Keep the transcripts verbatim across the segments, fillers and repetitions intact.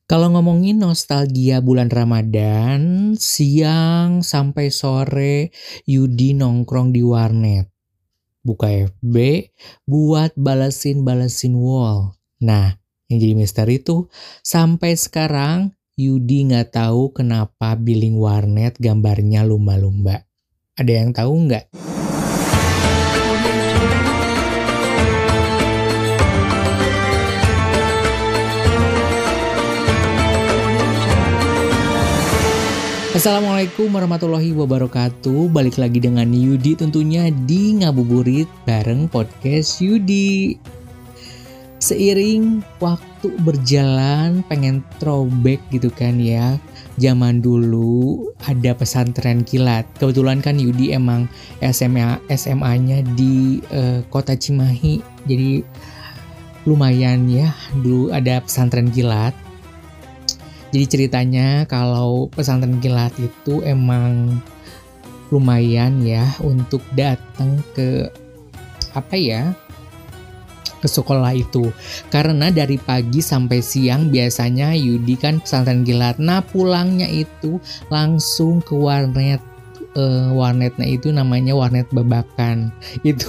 Kalau ngomongin nostalgia bulan Ramadan, siang sampai sore Yudi nongkrong di warnet, buka F B buat balesin-balesin wall. Nah, yang jadi misteri tuh sampai sekarang Yudi nggak tahu kenapa billing warnet gambarnya lumba-lumba. Ada yang tahu nggak? Assalamualaikum warahmatullahi wabarakatuh. Balik lagi dengan Yudi tentunya di Ngabuburit bareng podcast Yudi. Seiring waktu berjalan pengen throwback gitu kan ya. Zaman dulu ada pesantren kilat. Kebetulan kan Yudi emang S M A S M A-nya di uh, kota Cimahi. Jadi lumayan ya dulu ada pesantren kilat. Jadi ceritanya kalau pesantren kilat itu emang lumayan ya untuk datang ke apa ya ke sekolah itu. Karena dari pagi sampai siang biasanya Yudi kan pesantren kilat. Nah pulangnya itu langsung ke warnet. Uh, warnetnya itu namanya warnet babakan. Itu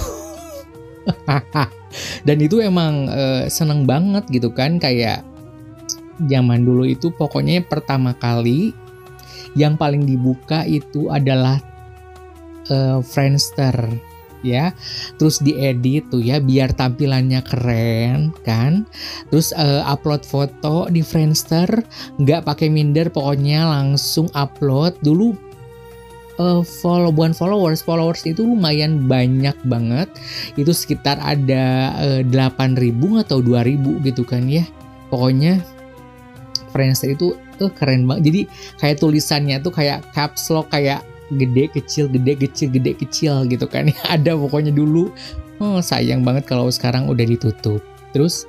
dan itu emang uh, seneng banget gitu kan kayak zaman dulu itu pokoknya pertama kali yang paling dibuka itu adalah uh, Friendster ya, terus diedit tuh ya biar tampilannya keren kan, terus uh, upload foto di Friendster nggak pakai minder pokoknya langsung upload dulu. Uh, follow bukan followers followers itu lumayan banyak banget, itu sekitar ada uh, delapan ribu atau dua ribu gitu kan ya, pokoknya Friendster itu tuh keren banget. Jadi kayak tulisannya tuh kayak caps lock, kayak gede kecil gede kecil gede kecil gitu kan. Ada pokoknya dulu. Oh, sayang banget kalau sekarang udah ditutup. Terus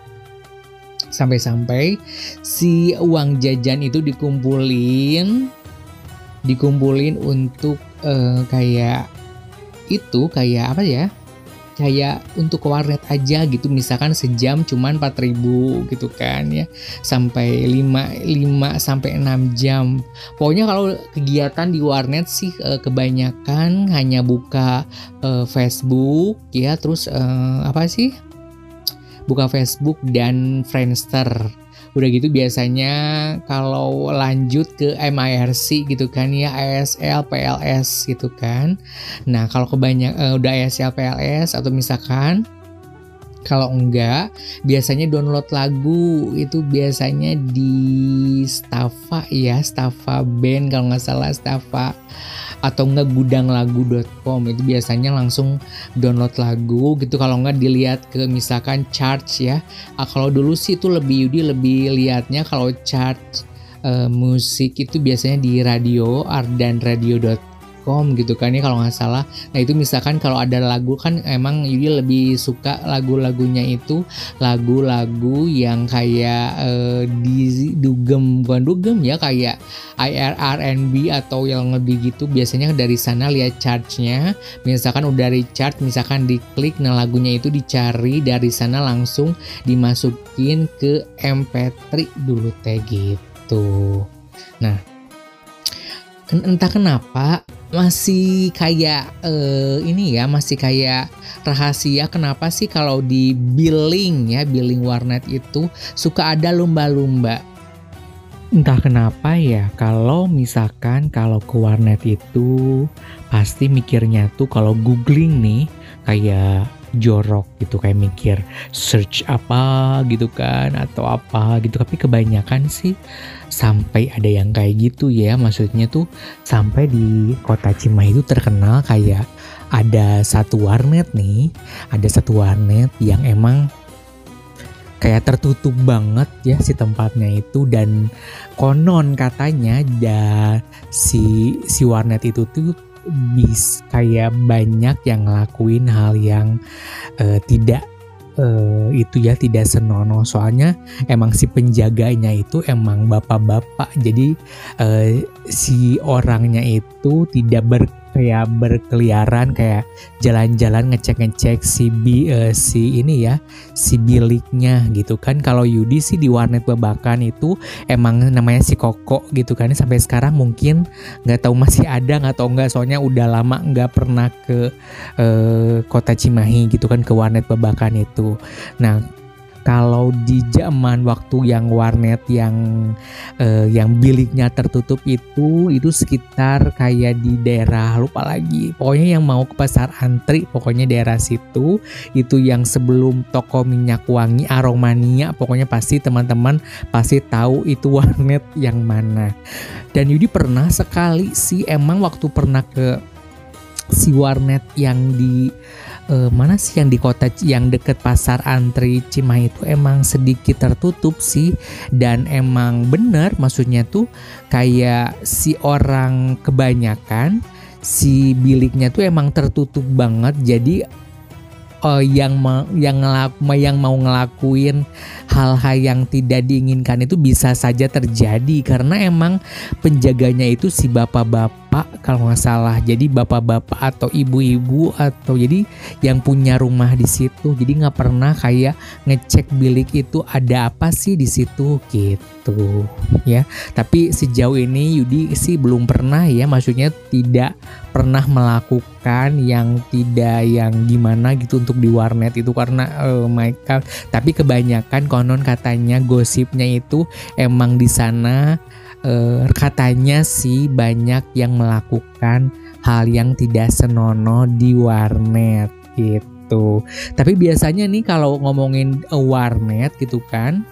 sampai-sampai si uang jajan itu dikumpulin dikumpulin untuk uh, kayak itu kayak apa ya? Kayak untuk ke warnet aja gitu, misalkan sejam cuman empat ribu gitu kan ya, sampai lima sampai enam jam. Pokoknya kalau kegiatan di warnet sih kebanyakan hanya buka uh, Facebook ya, terus uh, apa sih buka Facebook dan Friendster. Udah gitu biasanya kalau lanjut ke M I R C gitu kan ya, A S L, P L S gitu kan. Nah kalau kebanyak uh, udah A S L, P L S atau misalkan kalau enggak biasanya download lagu itu biasanya di Staffa ya, Staffa Band kalau nggak salah, Staffa atau enggak gudanglagu dot com itu biasanya langsung download lagu gitu. Kalau enggak dilihat ke misalkan charts ya. Ah, kalau dulu sih itu lebih Yudi lebih lihatnya kalau chart uh, musik itu biasanya di radio ardan radio dot com gitu kan ya kalau nggak salah. Nah itu misalkan kalau ada lagu kan emang Yudi lebih suka lagu-lagunya itu lagu-lagu yang kayak uh, di dugem bukan dugem ya, kayak R and B atau yang lebih gitu. Biasanya dari sana lihat chartnya, misalkan udah dari chart misalkan diklik, nah lagunya itu dicari dari sana langsung dimasukin ke M P tiga dulu teh gitu. Nah entah kenapa masih kayak uh, ini ya, masih kayak rahasia kenapa sih kalau di billing ya, billing warnet itu suka ada lumba-lumba. Entah kenapa ya, kalau misalkan kalau ke warnet itu pasti mikirnya tuh kalau googling nih kayak jorok gitu, kayak mikir search apa gitu kan atau apa gitu. Tapi kebanyakan sih sampai ada yang kayak gitu ya, maksudnya tuh sampai di kota Cimahi itu terkenal kayak ada satu warnet nih, ada satu warnet yang emang kayak tertutup banget ya si tempatnya itu, dan konon katanya da, si si warnet itu tuh bis kayak banyak yang ngelakuin hal yang uh, tidak uh, itu ya tidak senonoh. Soalnya emang si penjaganya itu emang bapak-bapak, jadi uh, si orangnya itu tidak ber kayak berkeliaran, kayak jalan-jalan ngecek-ngecek si bi, uh, si ini ya, si biliknya gitu kan. Kalau Yudi sih di warnet Babakan itu emang namanya si Koko gitu kan. Sampai sekarang mungkin nggak tahu masih ada nggak tahu nggak, soalnya udah lama nggak pernah ke uh, kota Cimahi gitu kan, ke warnet Babakan itu. Nah, kalau di zaman waktu yang warnet yang eh, yang biliknya tertutup itu itu sekitar kayak di daerah lupa lagi. Pokoknya yang mau ke Pasar Antri, pokoknya daerah situ, itu yang sebelum toko minyak wangi Aromania, pokoknya pasti teman-teman pasti tahu itu warnet yang mana. Dan Yudi pernah sekali sih emang waktu pernah ke si warnet yang di Uh, mana sih yang di kota yang deket Pasar Antri Cimahi itu emang sedikit tertutup sih. Dan emang bener, maksudnya tuh kayak si orang kebanyakan si biliknya tuh emang tertutup banget. Jadi uh, yang ma- yang ngelak- yang mau ngelakuin hal-hal yang tidak diinginkan itu bisa saja terjadi, karena emang penjaganya itu si bapak-bapak kalau nggak salah. Jadi bapak-bapak atau ibu-ibu atau jadi yang punya rumah di situ. Jadi nggak pernah kayak ngecek bilik itu ada apa sih di situ gitu ya. Tapi sejauh ini Yudi sih belum pernah ya, maksudnya tidak pernah melakukan yang tidak yang gimana gitu untuk di warnet itu, karena oh my god. Tapi kebanyakan konon katanya gosipnya itu emang di sana Uh, katanya sih banyak yang melakukan hal yang tidak senonoh di warnet gitu. Tapi biasanya nih kalau ngomongin uh, warnet gitu kan,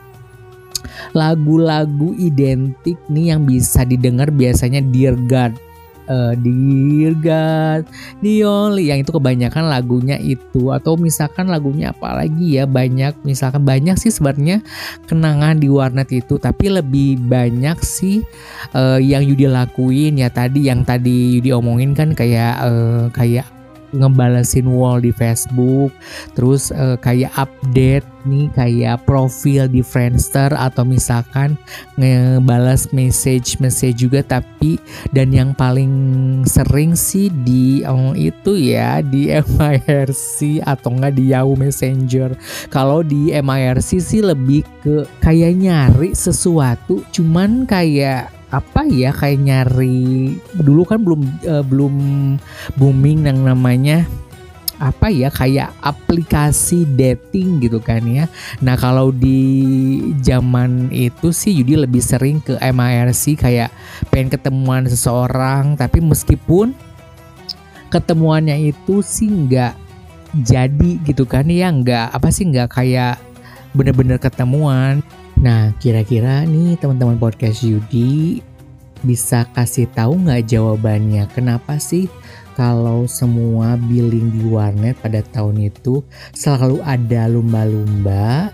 lagu-lagu identik nih yang bisa didengar biasanya Dear God, uh, Dear God, the only, yang itu kebanyakan lagunya itu. Atau misalkan lagunya apa lagi ya, banyak, misalkan banyak sih sebenarnya kenangan di warnet itu. Tapi lebih banyak sih uh, yang Yudi lakuin ya tadi, yang tadi Yudi omongin kan, kayak uh, kayak ngebalesin wall di Facebook, terus uh, kayak update nih kayak profil di Friendster, atau misalkan ngebalas message-message juga. Tapi dan yang paling sering sih di oh, itu ya di M I R C atau enggak di Yahoo Messenger. Kalau di M I R C sih lebih ke kayak nyari sesuatu, cuman kayak apa ya, kayak nyari, dulu kan belum uh, belum booming yang namanya apa ya, kayak aplikasi dating gitu kan ya. Nah kalau di zaman itu sih Yudi lebih sering ke M I R C, kayak pengen ketemuan seseorang, tapi meskipun ketemuannya itu sih nggak jadi gitu kan ya, nggak apa sih nggak kayak bener-bener ketemuan. Nah, kira-kira nih teman-teman podcast Yudi bisa kasih tahu nggak jawabannya? Kenapa sih kalau semua billing di warnet pada tahun itu selalu ada lumba-lumba?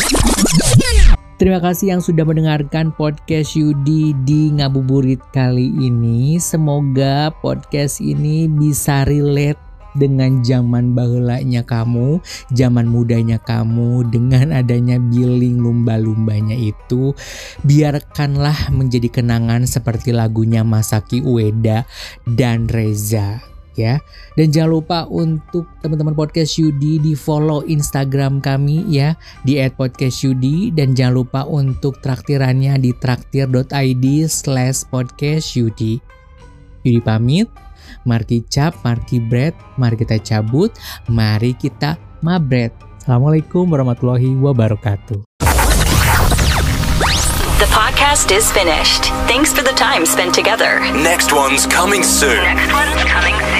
Terima kasih yang sudah mendengarkan podcast Yudi di Ngabuburit kali ini. Semoga podcast ini bisa relate dengan zaman baheulanya kamu, zaman mudanya kamu, dengan adanya billing lumba-lumbanya itu. Biarkanlah menjadi kenangan seperti lagunya Masaki Ueda dan Reza ya. Dan jangan lupa untuk teman-teman podcast Yudi di follow Instagram kami ya, di et podcast yudi. Dan jangan lupa untuk traktirannya di traktir.id slash podcast Yudi. Yudi pamit. Mari cap, mari bread, mari kita cabut, mari kita mabret. Assalamualaikum warahmatullahi wabarakatuh. The podcast is finished. Thanks for the time spent together. Next one's coming soon. Next one's coming soon.